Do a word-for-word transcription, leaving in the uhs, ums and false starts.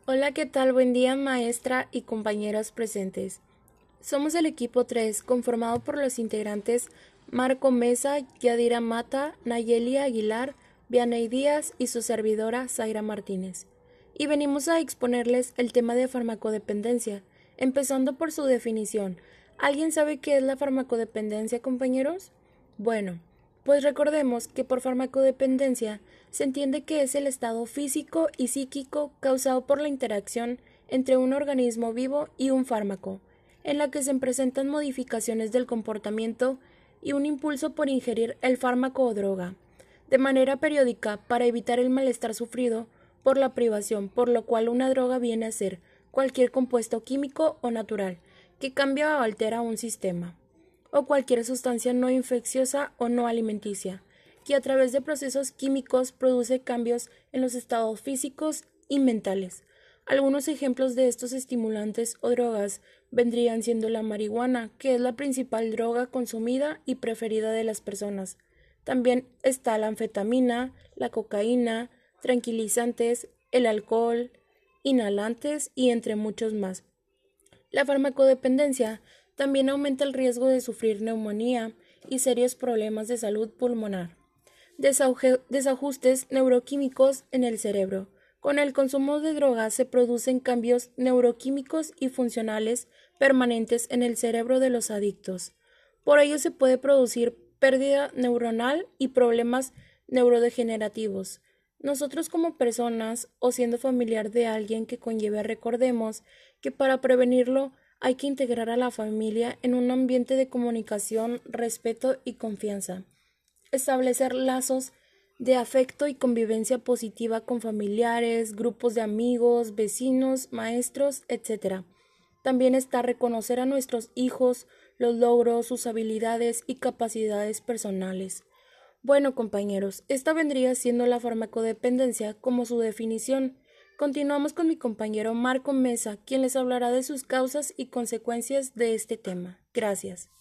Hola, ¿qué tal? Buen día, maestra y compañeras presentes. Somos el equipo tres, conformado por los integrantes Marco Mesa, Yadira Mata, Nayeli Aguilar, Vianey Díaz y su servidora Zaira Martínez. Y venimos a exponerles el tema de farmacodependencia, empezando por su definición. ¿Alguien sabe qué es la farmacodependencia, compañeros? Bueno, pues recordemos que por farmacodependencia se entiende que es el estado físico y psíquico causado por la interacción entre un organismo vivo y un fármaco, en la que se presentan modificaciones del comportamiento y un impulso por ingerir el fármaco o droga, de manera periódica para evitar el malestar sufrido por la privación, por lo cual una droga viene a ser cualquier compuesto químico o natural que cambia o altera un sistema, o cualquier sustancia no infecciosa o no alimenticia, que a través de procesos químicos produce cambios en los estados físicos y mentales. Algunos ejemplos de estos estimulantes o drogas vendrían siendo la marihuana, que es la principal droga consumida y preferida de las personas. También está la anfetamina, la cocaína, tranquilizantes, el alcohol, inhalantes y entre muchos más. La farmacodependencia también aumenta el riesgo de sufrir neumonía y serios problemas de salud pulmonar. Desajustes neuroquímicos en el cerebro. Con el consumo de drogas se producen cambios neuroquímicos y funcionales permanentes en el cerebro de los adictos. Por ello se puede producir pérdida neuronal y problemas neurodegenerativos. Nosotros como personas o siendo familiar de alguien que conlleve, recordemos que para prevenirlo hay que integrar a la familia en un ambiente de comunicación, respeto y confianza. Establecer lazos de afecto y convivencia positiva con familiares, grupos de amigos, vecinos, maestros, etcétera. También está reconocer a nuestros hijos, los logros, sus habilidades y capacidades personales. Bueno, compañeros, esta vendría siendo la farmacodependencia como su definición. Continuamos con mi compañero Marco Mesa, quien les hablará de sus causas y consecuencias de este tema. Gracias.